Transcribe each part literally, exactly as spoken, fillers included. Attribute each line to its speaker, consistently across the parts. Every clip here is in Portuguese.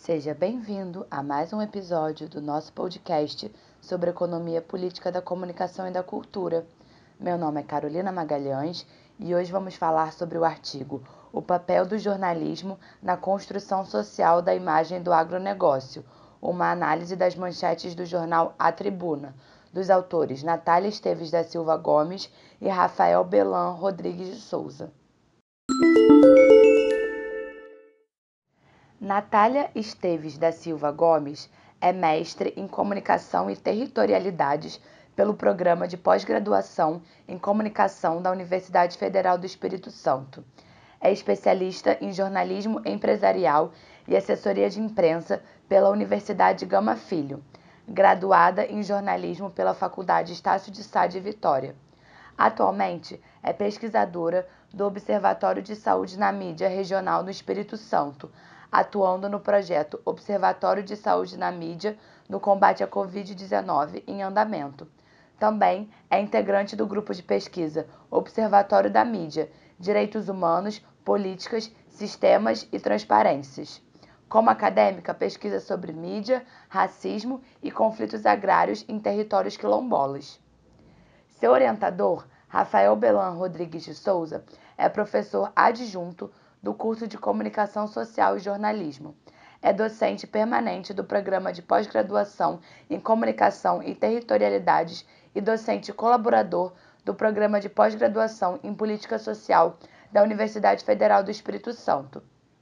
Speaker 1: Seja bem-vindo a mais um episódio do nosso podcast sobre economia política da comunicação e da cultura. Meu nome é Carolina Magalhães e hoje vamos falar sobre o artigo O papel do jornalismo na construção social da imagem do agronegócio, uma análise das manchetes do jornal A Tribuna, dos autores Natália Esteves da Silva Gomes e Rafael Belan Rodrigues de Souza. Natália Esteves da Silva Gomes é mestre em Comunicação e Territorialidades pelo Programa de Pós-Graduação em Comunicação da Universidade Federal do Espírito Santo. É especialista em Jornalismo Empresarial e Assessoria de Imprensa pela Universidade Gama Filho, graduada em Jornalismo pela Faculdade Estácio de Sá de Vitória. Atualmente, é pesquisadora do Observatório de Saúde na Mídia Regional no Espírito Santo, atuando no projeto Observatório de Saúde na Mídia no combate à covid dezenove em andamento. Também é integrante do grupo de pesquisa Observatório da Mídia, Direitos Humanos, Políticas, Sistemas e Transparências. Como acadêmica, pesquisa sobre mídia, racismo e conflitos agrários em territórios quilombolas. Seu orientador, Rafael Belan Rodrigues de Souza, é professor adjunto do curso de Comunicação Social e Jornalismo. É docente permanente do Programa de Pós-Graduação em Comunicação e Territorialidades e docente colaborador do Programa de Pós-Graduação em Política Social da Universidade Federal do Espírito Santo.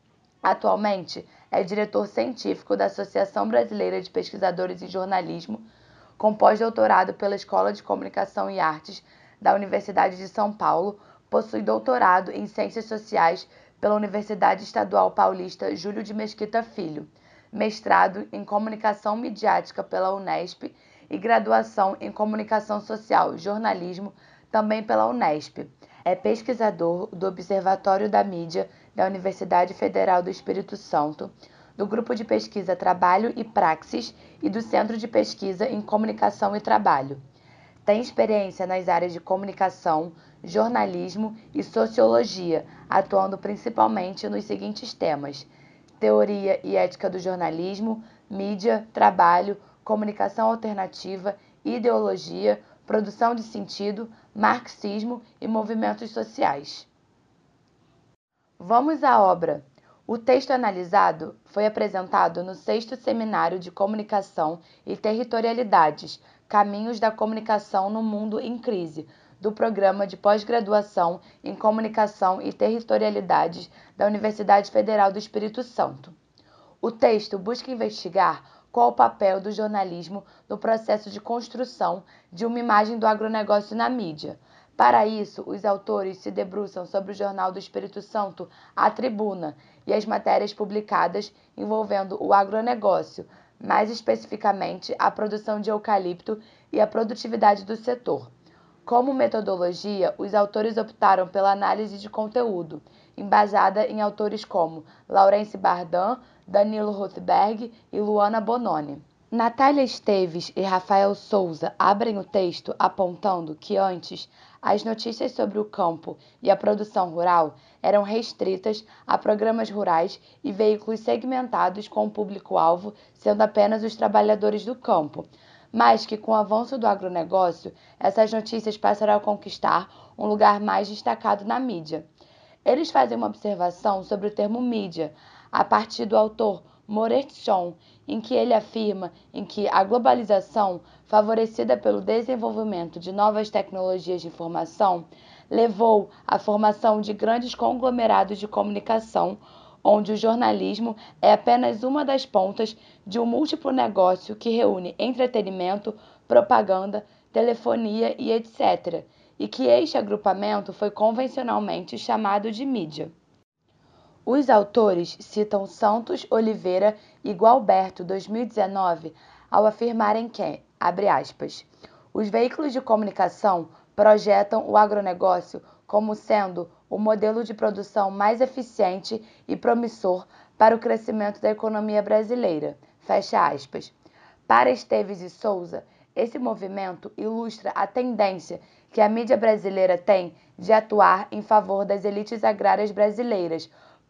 Speaker 1: Atualmente, é diretor científico da Associação Brasileira de Pesquisadores em Jornalismo, com pós-doutorado pela Escola de Comunicação e Artes da Universidade de São Paulo, possui doutorado em Ciências Sociais pela Universidade Estadual Paulista Júlio de Mesquita Filho, mestrado em Comunicação Midiática pela Unesp e graduação em Comunicação Social e Jornalismo também pela Unesp. É pesquisador do Observatório da Mídia da Universidade Federal do Espírito Santo, do Grupo de Pesquisa Trabalho e Praxis e do Centro de Pesquisa em Comunicação e Trabalho. Tem experiência nas áreas de comunicação, jornalismo e sociologia, atuando principalmente nos seguintes temas: teoria e ética do jornalismo, mídia, trabalho, comunicação alternativa, ideologia, produção de sentido, marxismo e movimentos sociais. Vamos à obra. O texto analisado foi apresentado no sexto Seminário de Comunicação e Territorialidades, Caminhos da Comunicação no Mundo em Crise, do Programa de Pós-Graduação em Comunicação e Territorialidades da Universidade Federal do Espírito Santo. O texto busca investigar qual o papel do jornalismo no processo de construção de uma imagem do agronegócio na mídia. Para isso, os autores se debruçam sobre o Jornal do Espírito Santo, A Tribuna, e as matérias publicadas envolvendo o agronegócio, mais especificamente a produção de eucalipto e a produtividade do setor. Como metodologia, os autores optaram pela análise de conteúdo, embasada em autores como Laurence Bardan, Danilo Rothberg e Luana Bononi. Natália Esteves e Rafael Souza abrem o texto apontando que antes as notícias sobre o campo e a produção rural eram restritas a programas rurais e veículos segmentados com o público-alvo sendo apenas os trabalhadores do campo, mas que com o avanço do agronegócio, essas notícias passaram a conquistar um lugar mais destacado na mídia. Eles fazem uma observação sobre o termo mídia, a partir do autor Moret Schoen, em que ele afirma em que a globalização, favorecida pelo desenvolvimento de novas tecnologias de informação, levou à formação de grandes conglomerados de comunicação, onde o jornalismo é apenas uma das pontas de um múltiplo negócio que reúne entretenimento, propaganda, telefonia e etcétera, e que este agrupamento foi convencionalmente chamado de mídia. Os autores citam Santos, Oliveira e Gualberto, dois mil e dezenove, ao afirmarem que, abre aspas, os veículos de comunicação projetam o agronegócio como sendo o modelo de produção mais eficiente e promissor para o crescimento da economia brasileira, fecha aspas. Para Esteves e Souza, esse movimento ilustra a tendência que a mídia brasileira tem de atuar em favor das elites agrárias brasileiras,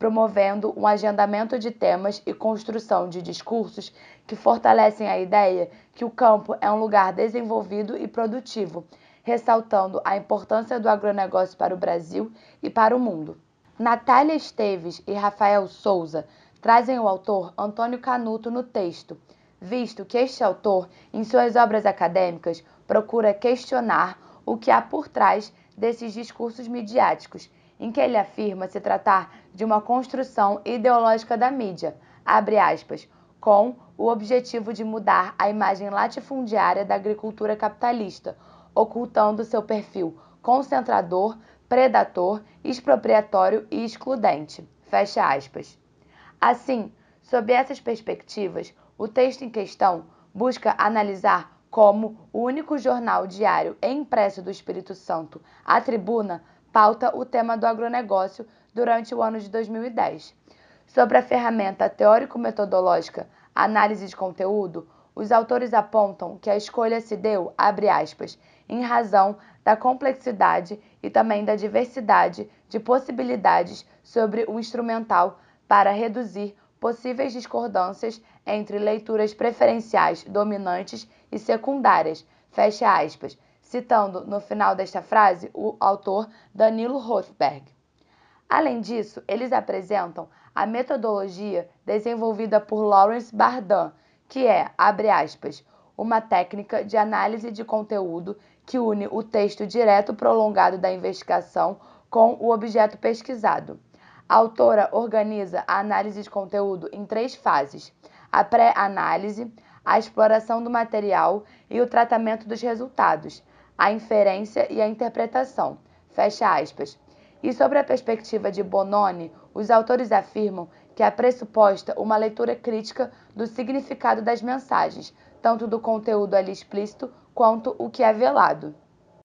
Speaker 1: promovendo um agendamento de temas e construção de discursos que fortalecem a ideia que o campo é um lugar desenvolvido e produtivo, ressaltando a importância do agronegócio para o Brasil e para o mundo. Natália Esteves e Rafael Souza trazem o autor Antônio Canuto no texto, visto que este autor, em suas obras acadêmicas, procura questionar o que há por trás desses discursos midiáticos, em que ele afirma se tratar de uma construção ideológica da mídia, abre aspas, com o objetivo de mudar a imagem latifundiária da agricultura capitalista, ocultando seu perfil concentrador, predator, expropriatório e excludente. Fecha aspas. Assim, sob essas perspectivas, o texto em questão busca analisar como o único jornal diário e impresso do Espírito Santo, a Tribuna, pauta o tema do agronegócio durante o ano de dois mil e dez. Sobre a ferramenta teórico-metodológica análise de conteúdo, os autores apontam que a escolha se deu, abre aspas, em razão da complexidade e também da diversidade de possibilidades sobre o instrumental para reduzir possíveis discordâncias entre leituras preferenciais dominantes e secundárias, fecha aspas, citando no final desta frase o autor Danilo Rothberg. Além disso, eles apresentam a metodologia desenvolvida por Lawrence Bardan, que é, abre aspas, uma técnica de análise de conteúdo que une o texto direto prolongado da investigação com o objeto pesquisado. A autora organiza a análise de conteúdo em três fases: a pré-análise, a exploração do material e o tratamento dos resultados, a inferência e a interpretação. Fecha aspas. E sobre a perspectiva de Bononi, os autores afirmam que é pressuposta uma leitura crítica do significado das mensagens, tanto do conteúdo ali explícito quanto o que é velado.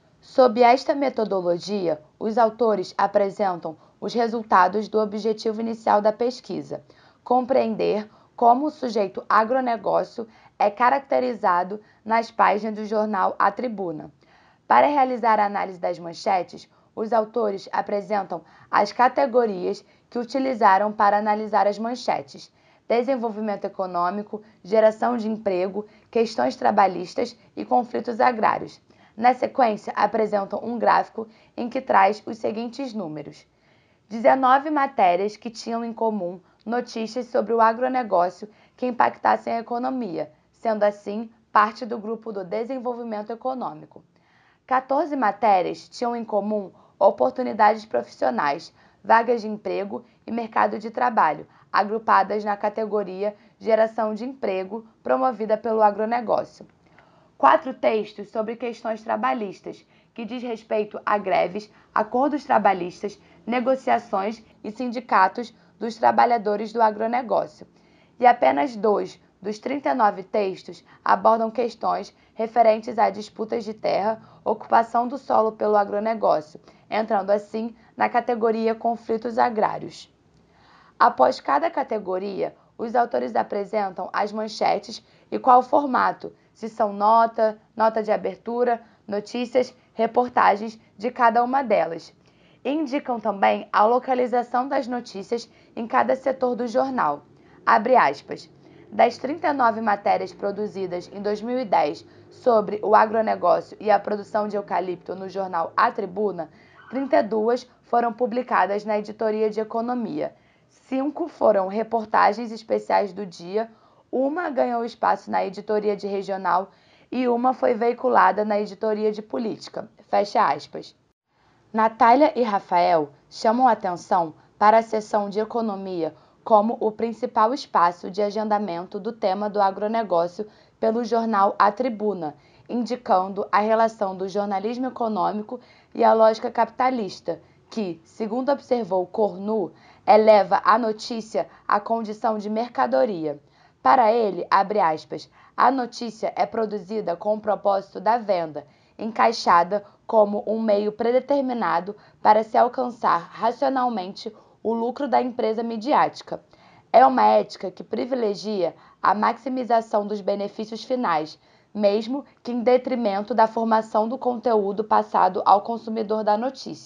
Speaker 1: Sob esta metodologia, os autores apresentam os resultados do objetivo inicial da pesquisa, compreender como o sujeito agronegócio é caracterizado nas páginas do jornal A Tribuna. Para realizar a análise das manchetes, os autores apresentam as categorias que utilizaram para analisar as manchetes: desenvolvimento econômico, geração de emprego, questões trabalhistas e conflitos agrários. Na sequência, apresentam um gráfico em que traz os seguintes números: dezenove matérias que tinham em comum notícias sobre o agronegócio que impactassem a economia, sendo assim parte do grupo do desenvolvimento econômico. quatorze matérias tinham em comum oportunidades profissionais, vagas de emprego e mercado de trabalho, agrupadas na categoria geração de emprego promovida pelo agronegócio. Quatro textos sobre questões trabalhistas, que diz respeito a greves, acordos trabalhistas, negociações e sindicatos dos trabalhadores do agronegócio. E apenas dois dos trinta e nove textos abordam questões referentes a disputas de terra, ocupação do solo pelo agronegócio, entrando assim na categoria conflitos agrários. Após cada categoria, os autores apresentam as manchetes e qual o formato, se são nota, nota de abertura, notícias, reportagens de cada uma delas. E indicam também a localização das notícias em cada setor do jornal. Abre aspas. Das trinta e nove matérias produzidas em dois mil e dez sobre o agronegócio e a produção de eucalipto no jornal A Tribuna, trinta e duas foram publicadas na editoria de economia. Cinco foram reportagens especiais do dia, uma ganhou espaço na editoria de regional e uma foi veiculada na editoria de política. Fecha aspas. Natália e Rafael chamam atenção para a seção de economia como o principal espaço de agendamento do tema do agronegócio pelo jornal A Tribuna, indicando a relação do jornalismo econômico e a lógica capitalista, que, segundo observou Cornu, eleva a notícia à condição de mercadoria. Para ele, abre aspas, a notícia é produzida com o propósito da venda, encaixada como um meio predeterminado para se alcançar racionalmente o lucro da empresa midiática. É uma ética que privilegia a maximização dos benefícios finais, mesmo que em detrimento da formação do conteúdo passado ao consumidor da notícia.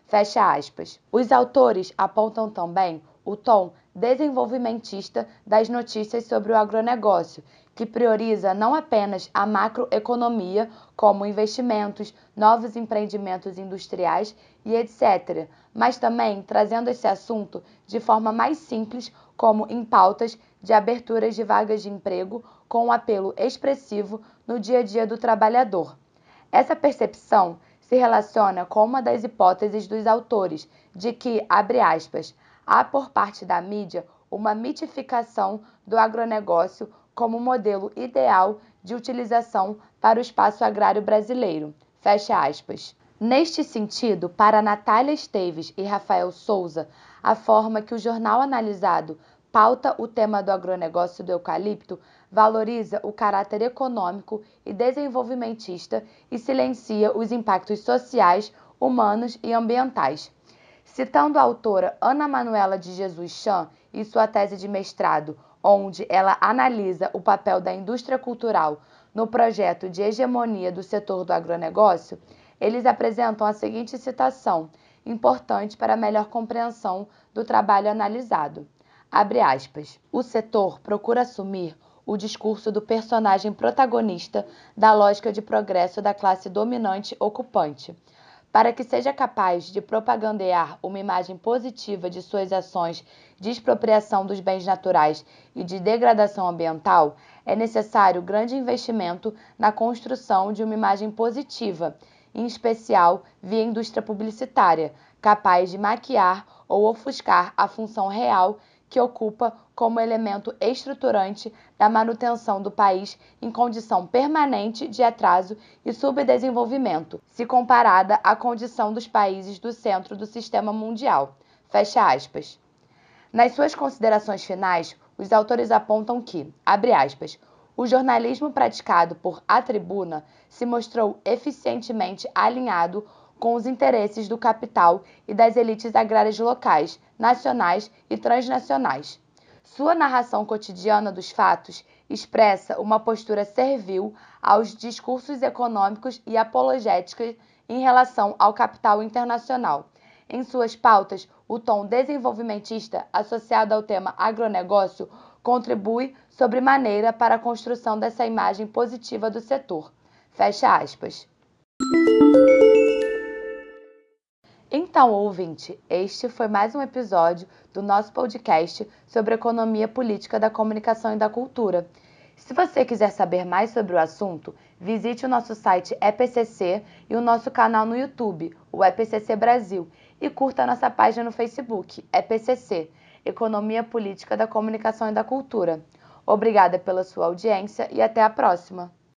Speaker 1: Fecha aspas. Os autores apontam também o tom desenvolvimentista das notícias sobre o agronegócio, que prioriza não apenas a macroeconomia, como investimentos, novos empreendimentos industriais e etcétera, mas também trazendo esse assunto de forma mais simples, como em pautas de aberturas de vagas de emprego, com um apelo expressivo no dia a dia do trabalhador. Essa percepção se relaciona com uma das hipóteses dos autores de que, abre aspas, há por parte da mídia uma mitificação do agronegócio como modelo ideal de utilização para o espaço agrário brasileiro, fecha aspas. Neste sentido, para Natália Esteves e Rafael Souza, a forma que o jornal analisado pauta o tema do agronegócio do eucalipto valoriza o caráter econômico e desenvolvimentista e silencia os impactos sociais, humanos e ambientais. Citando a autora Ana Manuela de Jesus Chan e sua tese de mestrado, onde ela analisa o papel da indústria cultural no projeto de hegemonia do setor do agronegócio, eles apresentam a seguinte citação, importante para a melhor compreensão do trabalho analisado. Abre aspas. O setor procura assumir o discurso do personagem protagonista da lógica de progresso da classe dominante ocupante. Para que seja capaz de propagandear uma imagem positiva de suas ações de expropriação dos bens naturais e de degradação ambiental, é necessário grande investimento na construção de uma imagem positiva, em especial via indústria publicitária, capaz de maquiar ou ofuscar a função real que ocupa como elemento estruturante da manutenção do país em condição permanente de atraso e subdesenvolvimento, se comparada à condição dos países do centro do sistema mundial. Fecha aspas. Nas suas considerações finais, os autores apontam que, abre aspas, o jornalismo praticado por A Tribuna se mostrou eficientemente alinhado com os interesses do capital e das elites agrárias locais, nacionais e transnacionais. Sua narração cotidiana dos fatos expressa uma postura servil aos discursos econômicos e apologéticos em relação ao capital internacional. Em suas pautas, o tom desenvolvimentista associado ao tema agronegócio contribui sobremaneira para a construção dessa imagem positiva do setor. Fecha aspas. Então, ouvinte, este foi mais um episódio do nosso podcast sobre economia política da comunicação e da cultura. Se você quiser saber mais sobre o assunto, visite o nosso site E P C C e o nosso canal no YouTube, o E P C C Brasil, e curta a nossa página no Facebook, E P C C, Economia Política da Comunicação e da Cultura. Obrigada pela sua audiência e até a próxima!